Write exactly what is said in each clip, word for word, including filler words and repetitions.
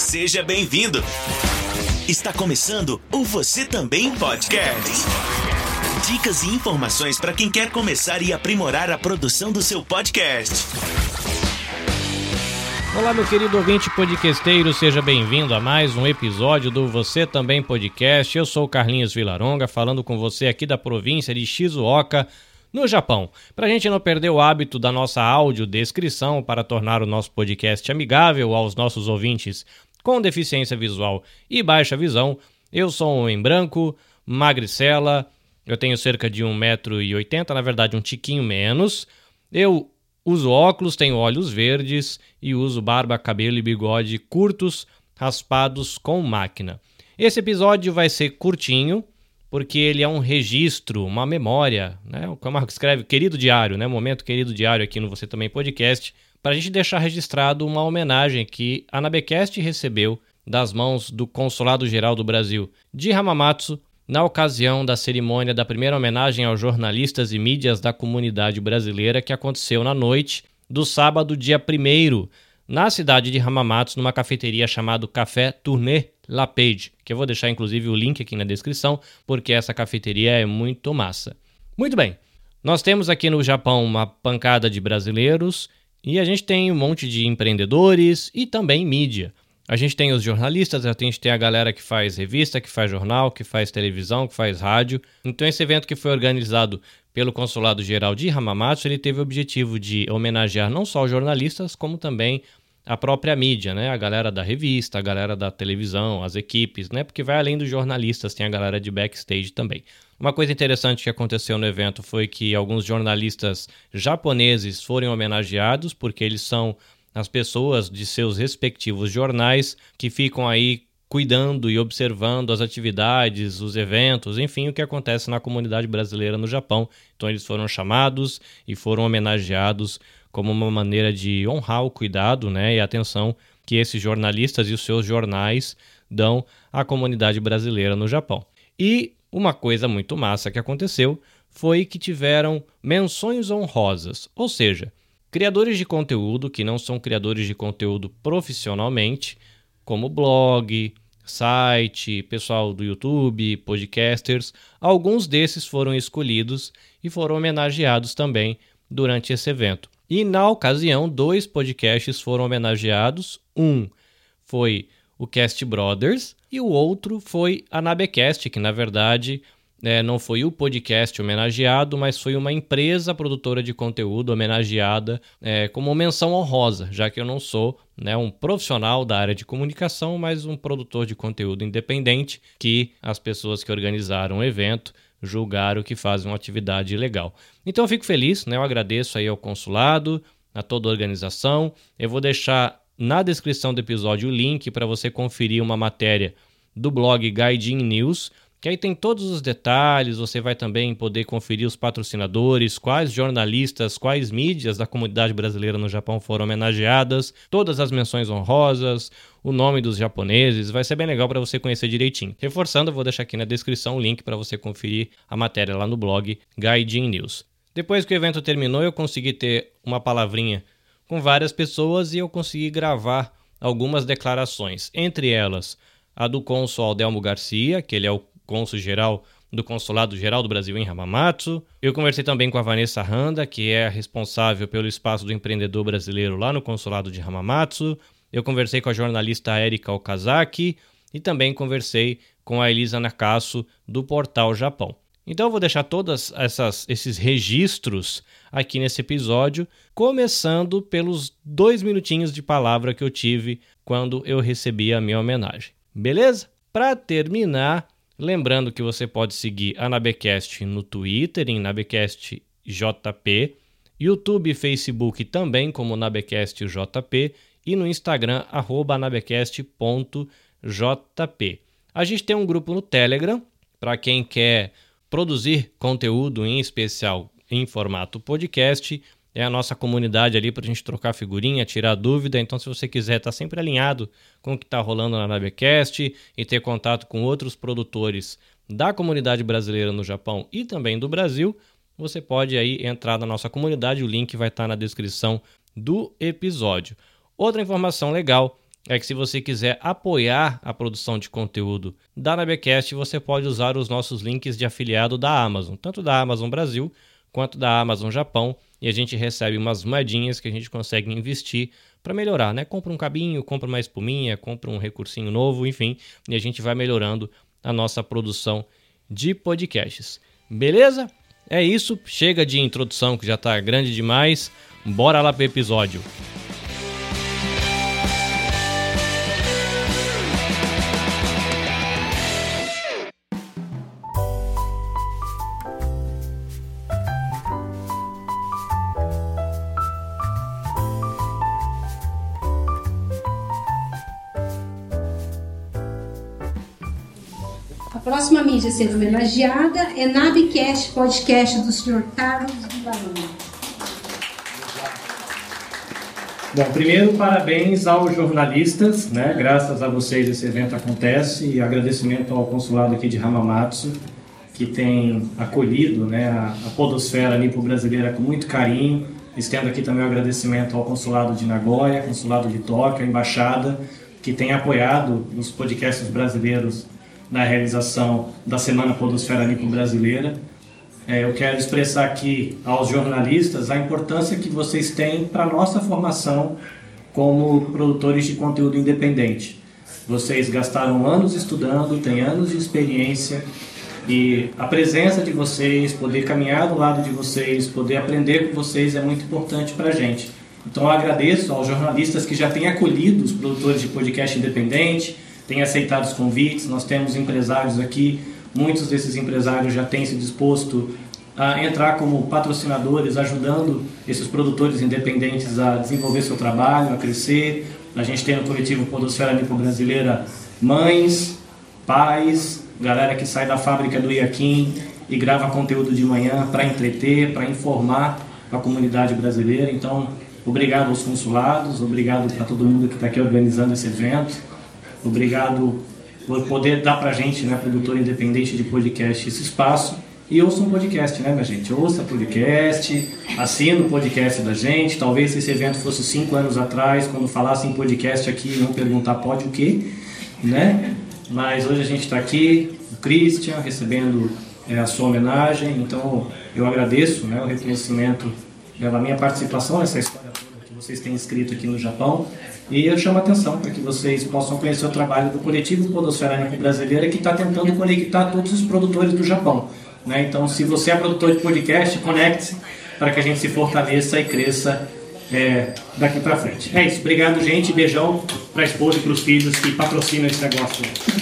Seja bem-vindo. Está começando o Você Também Podcast. Dicas e informações para quem quer começar e aprimorar a produção do seu podcast. Olá, meu querido ouvinte podcasteiro, seja bem-vindo a mais um episódio do Você Também Podcast. Eu sou o Carlinhos Vilaronga, falando com você aqui da província de Shizuoka, no Japão. Para a gente não perder o hábito da nossa audiodescrição, para tornar o nosso podcast amigável aos nossos ouvintes com deficiência visual e baixa visão, eu sou um homem branco, magricela, eu tenho cerca de um metro e oitenta, na verdade um tiquinho menos. Eu uso óculos, tenho olhos verdes e uso barba, cabelo e bigode curtos, raspados com máquina. Esse episódio vai ser curtinho, porque ele é um registro, uma memória, né? Como escreve, querido diário, né? Momento querido diário aqui no Você Também Podcast, para a gente deixar registrado uma homenagem que a Nabecast recebeu das mãos do Consulado Geral do Brasil de Hamamatsu, na ocasião da cerimônia da primeira homenagem aos jornalistas e mídias da comunidade brasileira, que aconteceu na noite do sábado, dia primeiro, na cidade de Hamamatsu, numa cafeteria chamada Café Tournée La Page, que eu vou deixar inclusive o link aqui na descrição, porque essa cafeteria é muito massa. Muito bem, nós temos aqui no Japão uma pancada de brasileiros e a gente tem um monte de empreendedores e também mídia. A gente tem os jornalistas, a gente tem a galera que faz revista, que faz jornal, que faz televisão, que faz rádio. Então esse evento que foi organizado pelo Consulado Geral de Hamamatsu, ele teve o objetivo de homenagear não só os jornalistas, como também a própria mídia, né? A galera da revista, a galera da televisão, as equipes, né? Porque vai além dos jornalistas, tem a galera de backstage também. Uma coisa interessante que aconteceu no evento foi que alguns jornalistas japoneses foram homenageados, porque eles são as pessoas de seus respectivos jornais que ficam aí cuidando e observando as atividades, os eventos, enfim, o que acontece na comunidade brasileira no Japão. Então eles foram chamados e foram homenageados como uma maneira de honrar o cuidado, né, e a atenção que esses jornalistas e os seus jornais dão à comunidade brasileira no Japão. E uma coisa muito massa que aconteceu foi que tiveram menções honrosas, ou seja, criadores de conteúdo que não são criadores de conteúdo profissionalmente, como blog, site, pessoal do YouTube, podcasters, alguns desses foram escolhidos e foram homenageados também durante esse evento. E na ocasião, dois podcasts foram homenageados. Um foi o Cast Brothers e o outro foi a Nabecast, que na verdade é, não foi o podcast homenageado, mas foi uma empresa produtora de conteúdo homenageada é, como menção honrosa, já que eu não sou, né, um profissional da área de comunicação, mas um produtor de conteúdo independente que as pessoas que organizaram o evento julgaram que fazem uma atividade legal. Então eu fico feliz, né? Eu agradeço aí ao consulado, a toda a organização. Eu vou deixar na descrição do episódio o link para você conferir uma matéria do blog Gaijin News, que aí tem todos os detalhes. Você vai também poder conferir os patrocinadores, quais jornalistas, quais mídias da comunidade brasileira no Japão foram homenageadas, todas as menções honrosas, o nome dos japoneses. Vai ser bem legal para você conhecer direitinho. Reforçando, eu vou deixar aqui na descrição o link para você conferir a matéria lá no blog Gaijin News. Depois que o evento terminou, eu consegui ter uma palavrinha com várias pessoas e eu consegui gravar algumas declarações, entre elas a do cônsul Aldelmo Garcia, que ele é o cônsul-geral do Consulado Geral do Brasil em Hamamatsu. Eu conversei também com a Vanessa Randa, que é a responsável pelo espaço do empreendedor brasileiro lá no Consulado de Hamamatsu. Eu conversei com a jornalista Erika Okazaki e também conversei com a Elisa Nakasu, do Portal Japão. Então eu vou deixar todos esses registros aqui nesse episódio, começando pelos dois minutinhos de palavra que eu tive quando eu recebi a minha homenagem. Beleza? Para terminar, lembrando que você pode seguir a Nabecast no Twitter, em Nabecast J P, YouTube e Facebook também como Nabecast J P e no Instagram, arroba nabecast ponto j p. A gente tem um grupo no Telegram para quem quer produzir conteúdo, em especial em formato podcast. É a nossa comunidade ali para a gente trocar figurinha, tirar dúvida. Então, se você quiser estar sempre alinhado com o que está rolando na Nabecast e ter contato com outros produtores da comunidade brasileira no Japão e também do Brasil, você pode aí entrar na nossa comunidade. O link vai estar na descrição do episódio. Outra informação legal é que se você quiser apoiar a produção de conteúdo da Nabecast, você pode usar os nossos links de afiliado da Amazon, tanto da Amazon Brasil quanto da Amazon Japão, e a gente recebe umas moedinhas que a gente consegue investir para melhorar, né? Compra um cabinho, compra uma espuminha, compra um recursinho novo, enfim, e a gente vai melhorando a nossa produção de podcasts. Beleza? É isso, chega de introdução que já está grande demais, bora lá para o episódio. A próxima mídia a ser homenageada é Nabecast, podcast do senhor Carlos Vilaronga. Bom, primeiro, parabéns aos jornalistas, né? Graças a vocês esse evento acontece, e agradecimento ao consulado aqui de Hamamatsu, que tem acolhido, né, a, a podosfera nipo-brasileira com muito carinho. Estendo aqui também o agradecimento ao consulado de Nagoya, consulado de Tóquio, a embaixada, que tem apoiado os podcasts brasileiros na realização da Semana Podosfera Nipo-Brasileira. É, eu quero expressar aqui aos jornalistas a importância que vocês têm para a nossa formação como produtores de conteúdo independente. Vocês gastaram anos estudando, têm anos de experiência, e a presença de vocês, poder caminhar do lado de vocês, poder aprender com vocês é muito importante para a gente. Então eu agradeço aos jornalistas que já têm acolhido os produtores de podcast independente, têm aceitado os convites. Nós temos empresários aqui, muitos desses empresários já têm se disposto a entrar como patrocinadores, ajudando esses produtores independentes a desenvolver seu trabalho, a crescer. A gente tem no coletivo Podosfera Nipo-Brasileira mães, pais, galera que sai da fábrica do Iaquim e grava conteúdo de manhã para entreter, para informar a comunidade brasileira. Então, obrigado aos consulados, obrigado para todo mundo que está aqui organizando esse evento. Obrigado por poder dar para a gente, né, produtor independente de podcast, esse espaço. E ouça um podcast, né, minha gente? Ouça podcast, assina o podcast da gente. Talvez se esse evento fosse cinco anos atrás, quando falasse em podcast aqui, não perguntar pode o quê, né? Mas hoje a gente está aqui, o Christian, recebendo é, a sua homenagem. Então, eu agradeço, né, o reconhecimento pela minha participação nessa história toda que vocês têm escrito aqui no Japão. E eu chamo a atenção para que vocês possam conhecer o trabalho do coletivo Podosfera Nipo-Brasileira, que está tentando conectar todos os produtores do Japão, né? Então, se você é produtor de podcast, conecte-se para que a gente se fortaleça e cresça é, daqui para frente. É isso. Obrigado, gente. Beijão para a esposa e para os filhos que patrocinam esse negócio.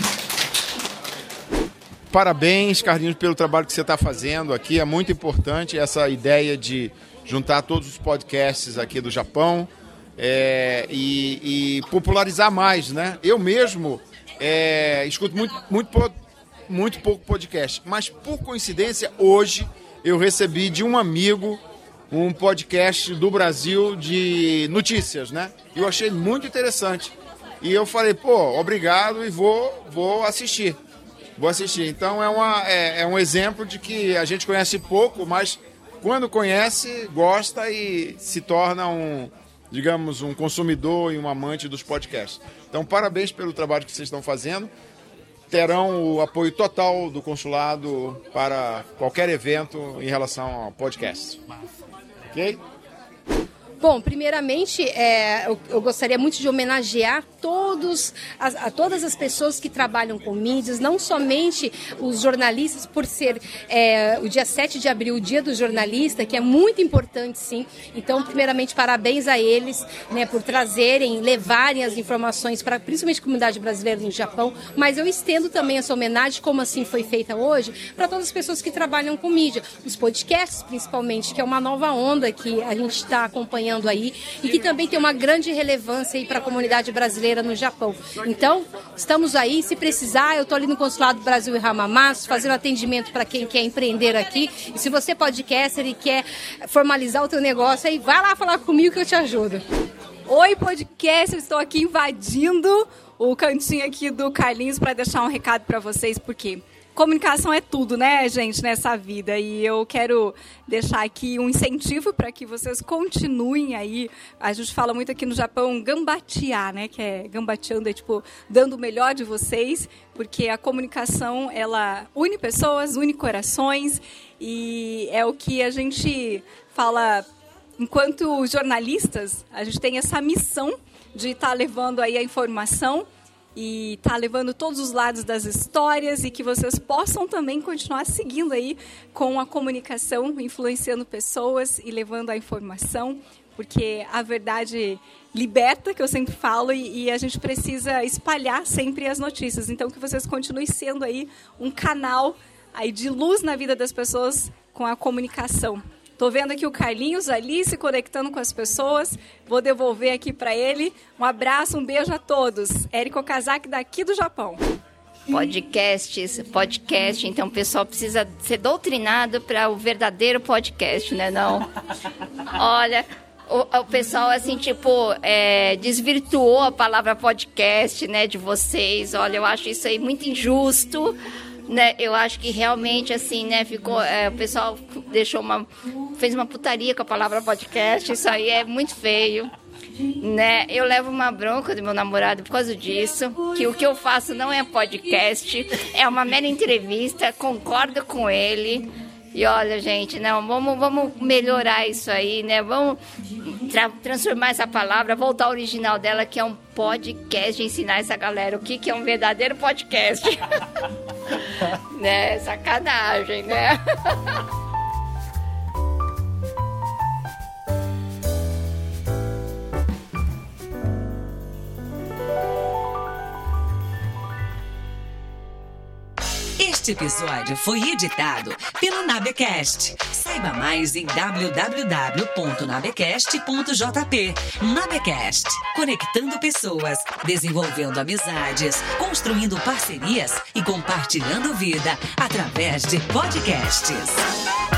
Parabéns, Carlinhos, pelo trabalho que você está fazendo aqui. É muito importante essa ideia de juntar todos os podcasts aqui do Japão. É, e, e popularizar mais, né? Eu mesmo é, escuto muito, muito, muito pouco podcast, mas por coincidência hoje eu recebi de um amigo um podcast do Brasil de notícias, né? Eu achei muito interessante e eu falei, pô, obrigado, e vou, vou assistir, vou assistir. Então é, uma, é, é um exemplo de que a gente conhece pouco, mas quando conhece, gosta e se torna um, digamos, um consumidor e um amante dos podcasts. Então, parabéns pelo trabalho que vocês estão fazendo. Terão o apoio total do consulado para qualquer evento em relação ao podcast. Ok? Bom, primeiramente, é, eu, eu gostaria muito de homenagear todos, as, a todas as pessoas que trabalham com mídias, não somente os jornalistas, por ser é, o dia sete de abril, o dia do jornalista, que é muito importante, sim. Então, primeiramente, parabéns a eles, né, por trazerem, levarem as informações para, principalmente, a comunidade brasileira no Japão, mas eu estendo também essa homenagem, como assim foi feita hoje, para todas as pessoas que trabalham com mídia, os podcasts, principalmente, que é uma nova onda que a gente está acompanhando aí e que também tem uma grande relevância aí para a comunidade brasileira no Japão. Então, estamos aí, se precisar, eu estou ali no Consulado do Brasil em Hamamatsu, fazendo atendimento para quem quer empreender aqui. E se você é podcaster e quer formalizar o teu negócio, aí vai lá falar comigo que eu te ajudo. Oi, podcast, eu estou aqui invadindo o cantinho aqui do Carlinhos para deixar um recado para vocês, porque Comunicação é tudo, né, gente, nessa vida. E eu quero deixar aqui um incentivo para que vocês continuem aí. A gente fala muito aqui no Japão, gambatear, né? Que é gambateando, é tipo, dando o melhor de vocês. Porque a comunicação, ela une pessoas, une corações. E é o que a gente fala, enquanto jornalistas, a gente tem essa missão de estar levando aí a informação e está levando todos os lados das histórias e que vocês possam também continuar seguindo aí com a comunicação, influenciando pessoas e levando a informação, porque a verdade liberta, que eu sempre falo, e, e a gente precisa espalhar sempre as notícias. Então, que vocês continuem sendo aí um canal aí de luz na vida das pessoas com a comunicação. Estou vendo aqui o Carlinhos ali se conectando com as pessoas. Vou devolver aqui para ele. Um abraço, um beijo a todos. Érico Okazaki, daqui do Japão. Podcasts, podcast. Então, o pessoal precisa ser doutrinado para o verdadeiro podcast, né? Não? Olha, o, o pessoal, assim, tipo, é, desvirtuou a palavra podcast, né, de vocês. Olha, eu acho isso aí muito injusto. Né, eu acho que realmente, assim, né, ficou, é, o pessoal deixou uma, fez uma putaria com a palavra podcast, isso aí é muito feio, né, eu levo uma bronca do meu namorado por causa disso, que o que eu faço não é podcast, é uma mera entrevista, concordo com ele, e olha, gente, não, vamos, vamos melhorar isso aí, né, vamos tra- transformar essa palavra, voltar ao original dela, que é um podcast, ensinar essa galera o que, que é um verdadeiro podcast. Né? Sacanagem, né? Este episódio foi editado pelo Nabecast. Saiba mais em w w w ponto nabecast ponto j p. Nabecast, conectando pessoas, desenvolvendo amizades, construindo parcerias e compartilhando vida através de podcasts.